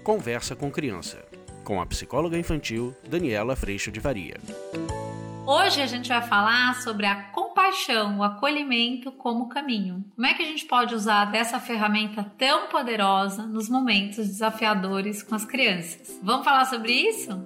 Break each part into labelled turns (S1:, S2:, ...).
S1: Conversa com Criança, com a psicóloga infantil Daniela Freixo de Varia.
S2: Hoje a gente vai falar sobre a compaixão, o acolhimento como caminho. Como é que a gente pode usar dessa ferramenta tão poderosa nos momentos desafiadores com as crianças? Vamos falar sobre isso?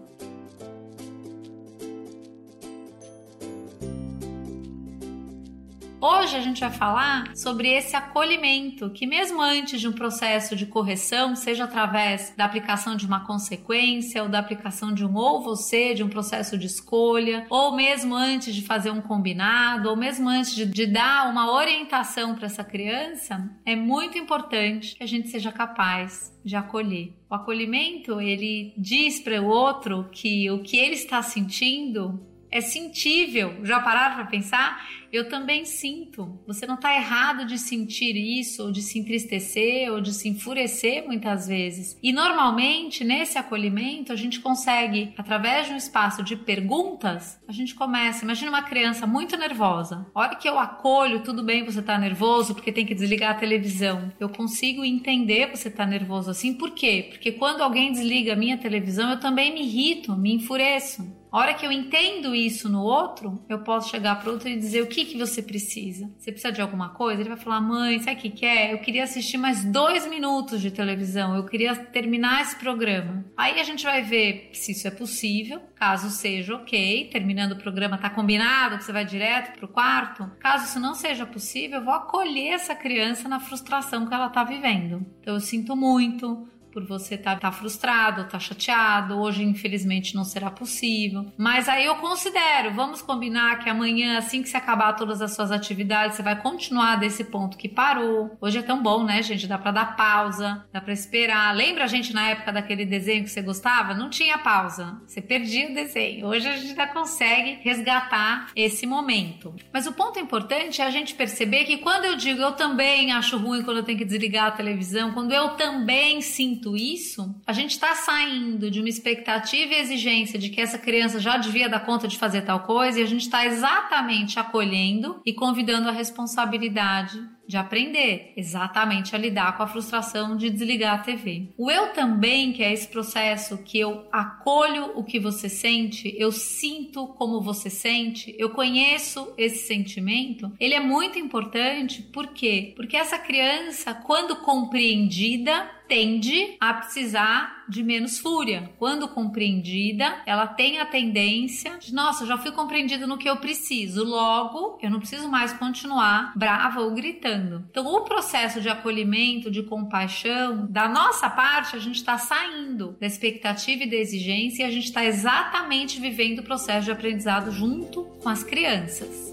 S2: Hoje a gente vai falar sobre esse acolhimento que mesmo antes de um processo de correção, seja através da aplicação de uma consequência ou da aplicação de um ou você, de um processo de escolha, ou mesmo antes de fazer um combinado, ou mesmo antes de dar uma orientação para essa criança, é muito importante que a gente seja capaz de acolher. O acolhimento, ele diz para o outro que o que ele está sentindo é sentível. Já pararam para pensar? Eu também sinto. Você não está errado de sentir isso, ou de se entristecer, ou de se enfurecer muitas vezes. E normalmente, nesse acolhimento, a gente consegue, através de um espaço de perguntas, a gente começa. Imagina uma criança muito nervosa. A hora que eu acolho, tudo bem, você está nervoso porque tem que desligar a televisão. Eu consigo entender você está nervoso assim. Por quê? Porque quando alguém desliga a minha televisão, eu também me irrito, me enfureço. A hora que eu entendo isso no outro, eu posso chegar para o outro e dizer o que você precisa. Você precisa de alguma coisa? Ele vai falar, mãe, sabe o que quer? Eu queria assistir mais 2 minutos de televisão, eu queria terminar esse programa. Aí a gente vai ver se isso é possível, caso seja ok, terminando o programa, tá combinado que você vai direto pro quarto? Caso isso não seja possível, eu vou acolher essa criança na frustração que ela tá vivendo. Então eu sinto muito por você tá frustrado, tá chateado, hoje infelizmente não será possível, mas aí eu considero, vamos combinar que amanhã, assim que você acabar todas as suas atividades, você vai continuar desse ponto que parou. Hoje é tão bom, né, gente? Dá pra dar pausa, dá pra esperar. Lembra a gente na época daquele desenho que você gostava? Não tinha pausa, você perdia o desenho. Hoje a gente ainda consegue resgatar esse momento. Mas o ponto importante é a gente perceber que quando eu digo eu também acho ruim quando eu tenho que desligar a televisão, quando eu também sinto isso, a gente está saindo de uma expectativa e exigência de que essa criança já devia dar conta de fazer tal coisa e a gente está exatamente acolhendo e convidando a responsabilidade de aprender exatamente a lidar com a frustração de desligar a TV. O eu também, que é esse processo que eu acolho o que você sente, eu sinto como você sente, eu conheço esse sentimento, ele é muito importante. Por quê? Porque essa criança, quando compreendida, tende a precisar de menos fúria. Quando compreendida, ela tem a tendência de, nossa, já fui compreendido no que eu preciso, logo eu não preciso mais continuar brava ou gritando. Então, o processo de acolhimento, de compaixão, da nossa parte, a gente está saindo da expectativa e da exigência e a gente está exatamente vivendo o processo de aprendizado junto com as crianças.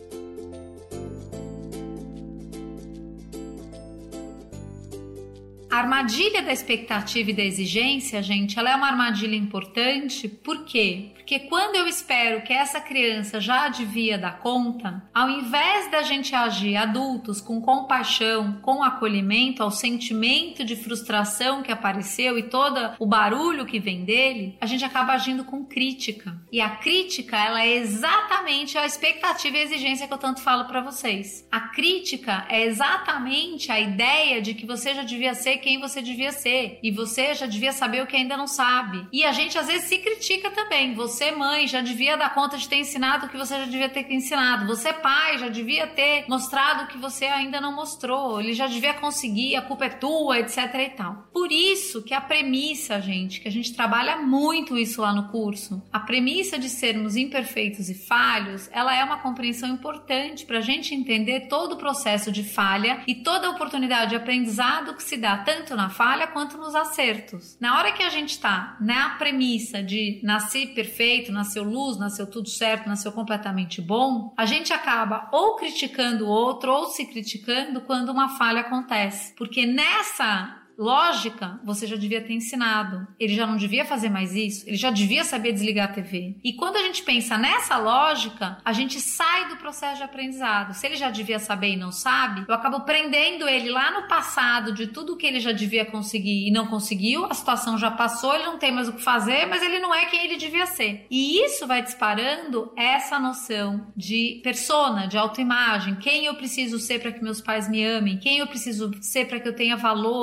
S2: A armadilha da expectativa e da exigência, gente, ela é uma armadilha importante. Por quê? Porque quando eu espero que essa criança já devia dar conta, ao invés da gente agir adultos com compaixão, com acolhimento ao sentimento de frustração que apareceu e todo o barulho que vem dele, a gente acaba agindo com crítica. E a crítica, ela é exatamente a expectativa e a exigência que eu tanto falo para vocês. A crítica é exatamente a ideia de que você já devia ser quem você devia ser e você já devia saber o que ainda não sabe. E a gente às vezes se critica também. Você, mãe, já devia dar conta de ter ensinado o que você já devia ter ensinado. Você, pai, já devia ter mostrado o que você ainda não mostrou. Ele já devia conseguir, a culpa é tua, etc e tal. Por isso que a premissa, gente, que a gente trabalha muito isso lá no curso, a premissa de sermos imperfeitos e falhos, ela é uma compreensão importante para a gente entender todo o processo de falha e toda a oportunidade de aprendizado que se dá tanto na falha quanto nos acertos. Na hora que a gente está na premissa de nascer perfeito, nasceu luz, nasceu tudo certo, nasceu completamente bom, a gente acaba ou criticando o outro ou se criticando quando uma falha acontece. Porque nessa lógica, você já devia ter ensinado. Ele já não devia fazer mais isso. Ele já devia saber desligar a TV. E quando a gente pensa nessa lógica, a gente sai do processo de aprendizado. Se ele já devia saber e não sabe, eu acabo prendendo ele lá no passado de tudo que ele já devia conseguir e não conseguiu. A situação já passou, ele não tem mais o que fazer, mas ele não é quem ele devia ser. E isso vai disparando essa noção de persona, de autoimagem. Quem eu preciso ser para que meus pais me amem? Quem eu preciso ser para que eu tenha valor? E aí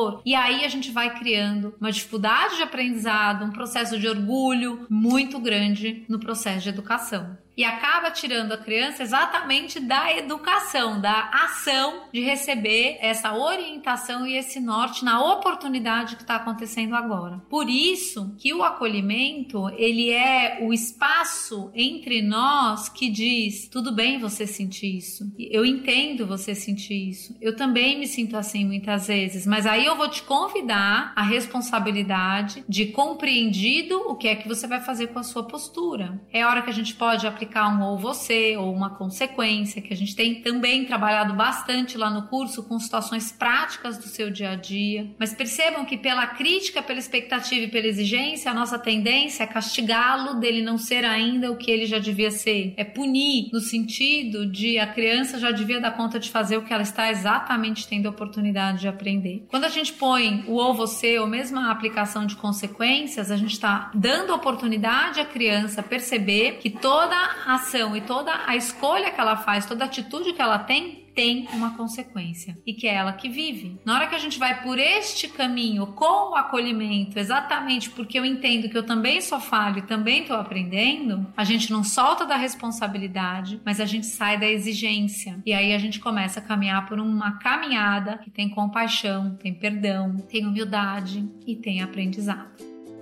S2: aí a gente vai criando uma dificuldade de aprendizado, um processo de orgulho muito grande no processo de educação. E acaba tirando a criança exatamente da educação, da ação de receber essa orientação e esse norte na oportunidade que está acontecendo agora. Por isso que o acolhimento, ele é o espaço entre nós que diz, tudo bem você sentir isso, eu entendo você sentir isso, eu também me sinto assim muitas vezes, mas aí eu vou te convidar à responsabilidade de compreendido o que é que você vai fazer com a sua postura. É hora que a gente pode aplicar um ou você, ou uma consequência, que a gente tem também trabalhado bastante lá no curso com situações práticas do seu dia a dia. Mas percebam que pela crítica, pela expectativa e pela exigência, a nossa tendência é castigá-lo dele não ser ainda o que ele já devia ser. É punir no sentido de a criança já devia dar conta de fazer o que ela está exatamente tendo a oportunidade de aprender. Quando a gente põe o ou você, ou mesmo a aplicação de consequências, a gente está dando oportunidade à criança perceber que toda ação e toda a escolha que ela faz, toda a atitude que ela tem uma consequência e que é ela que vive. Na hora que a gente vai por este caminho com o acolhimento, exatamente porque eu entendo que eu também sou falho e também estou aprendendo, a gente não solta da responsabilidade, mas a gente sai da exigência. E aí a gente começa a caminhar por uma caminhada que tem compaixão, tem perdão, tem humildade e tem aprendizado.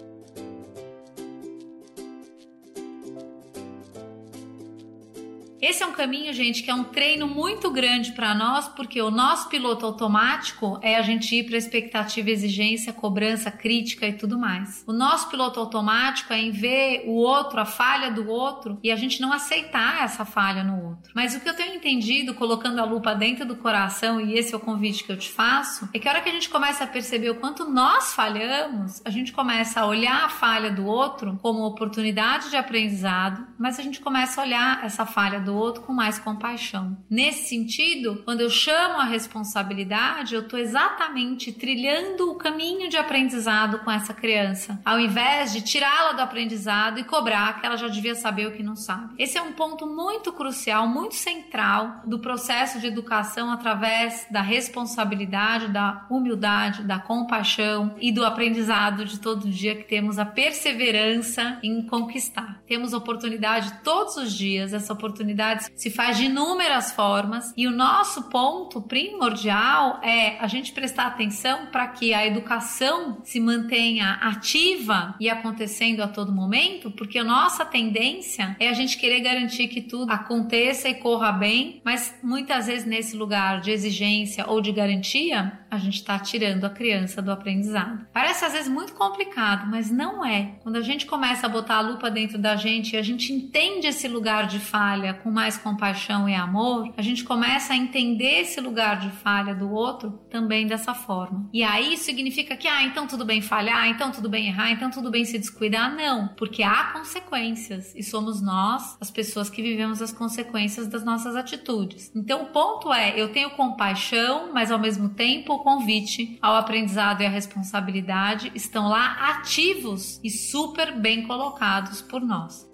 S2: Esse é um caminho, gente, que é um treino muito grande para nós, porque o nosso piloto automático é a gente ir para expectativa, exigência, cobrança, crítica e tudo mais. O nosso piloto automático é em ver o outro, a falha do outro, e a gente não aceitar essa falha no outro. Mas o que eu tenho entendido, colocando a lupa dentro do coração, e esse é o convite que eu te faço, é que a hora que a gente começa a perceber o quanto nós falhamos, a gente começa a olhar a falha do outro como oportunidade de aprendizado, mas a gente começa a olhar essa falha do outro com mais compaixão. Nesse sentido, quando eu chamo a responsabilidade, eu estou exatamente trilhando o caminho de aprendizado com essa criança, ao invés de tirá-la do aprendizado e cobrar que ela já devia saber o que não sabe. Esse é um ponto muito crucial, muito central do processo de educação através da responsabilidade, da humildade, da compaixão e do aprendizado de todo dia, que temos a perseverança em conquistar. Temos oportunidade todos os dias, essa oportunidade se faz de inúmeras formas, e o nosso ponto primordial é a gente prestar atenção para que a educação se mantenha ativa e acontecendo a todo momento, porque a nossa tendência é a gente querer garantir que tudo aconteça e corra bem, mas muitas vezes nesse lugar de exigência ou de garantia, a gente está tirando a criança do aprendizado. Parece às vezes muito complicado, mas não é. Quando a gente começa a botar a lupa dentro da gente e a gente entende esse lugar de falha com mais compaixão e amor, a gente começa a entender esse lugar de falha do outro também dessa forma. E aí significa que, então tudo bem falhar, então tudo bem errar, então tudo bem se descuidar? Não, porque há consequências e somos nós, as pessoas que vivemos as consequências das nossas atitudes. Então o ponto é, eu tenho compaixão, mas ao mesmo tempo o convite ao aprendizado e à responsabilidade estão lá ativos e super bem colocados por nós.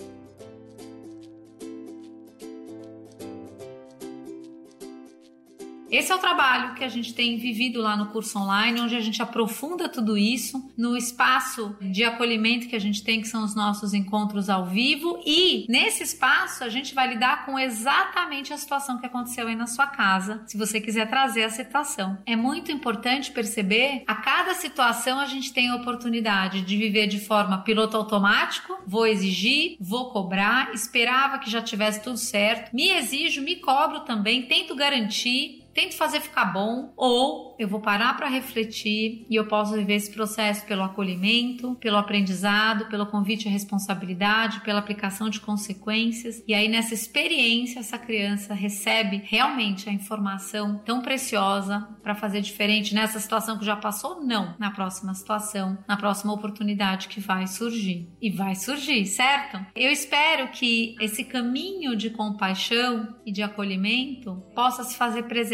S2: Esse é o trabalho que a gente tem vivido lá no curso online, onde a gente aprofunda tudo isso no espaço de acolhimento que a gente tem, que são os nossos encontros ao vivo, e nesse espaço a gente vai lidar com exatamente a situação que aconteceu aí na sua casa, se você quiser trazer a situação. É muito importante perceber, a cada situação a gente tem a oportunidade de viver de forma piloto automático, vou exigir, vou cobrar, esperava que já tivesse tudo certo, me exijo, me cobro também, tento garantir, tento fazer ficar bom, ou eu vou parar para refletir e eu posso viver esse processo pelo acolhimento, pelo aprendizado, pelo convite à responsabilidade, pela aplicação de consequências. E aí nessa experiência essa criança recebe realmente a informação tão preciosa para fazer diferente nessa situação que já passou? Não, na próxima situação, na próxima oportunidade que vai surgir. E vai surgir, certo? Eu espero que esse caminho de compaixão e de acolhimento possa se fazer presente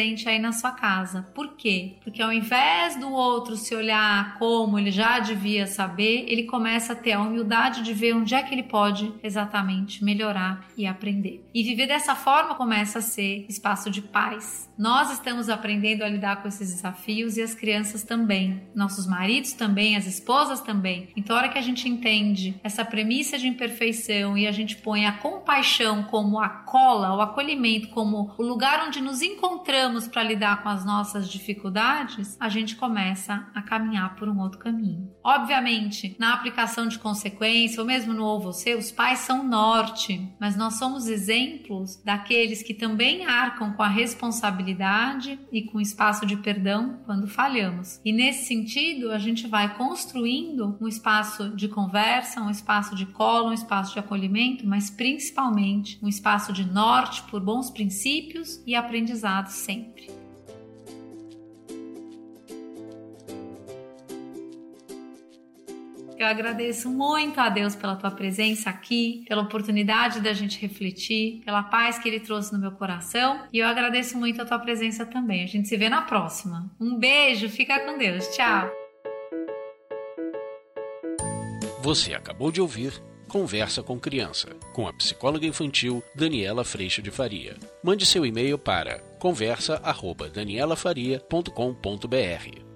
S2: presente aí na sua casa. Por quê? Porque ao invés do outro se olhar como ele já devia saber, ele começa a ter a humildade de ver onde é que ele pode exatamente melhorar e aprender. E viver dessa forma começa a ser espaço de paz. Nós estamos aprendendo a lidar com esses desafios e as crianças também. Nossos maridos também, as esposas também. Então, a hora que a gente entende essa premissa de imperfeição e a gente põe a compaixão como a cola, o acolhimento como o lugar onde nos encontramos para lidar com as nossas dificuldades, a gente começa a caminhar por um outro caminho. Obviamente, na aplicação de consequência, ou mesmo no ou você, os pais são norte, mas nós somos exemplos daqueles que também arcam com a responsabilidade e com espaço de perdão quando falhamos. E nesse sentido, a gente vai construindo um espaço de conversa, um espaço de colo, um espaço de acolhimento, mas principalmente um espaço de norte por bons princípios e aprendizado sempre. Eu agradeço muito a Deus pela tua presença aqui, pela oportunidade da gente refletir, pela paz que Ele trouxe no meu coração, e eu agradeço muito a tua presença também. A gente se vê na próxima. Um beijo, fica com Deus. Tchau.
S1: Você acabou de ouvir Conversa com Criança, com a psicóloga infantil Daniela Freixo de Faria. Mande seu e-mail para conversa@danielafaria.com.br.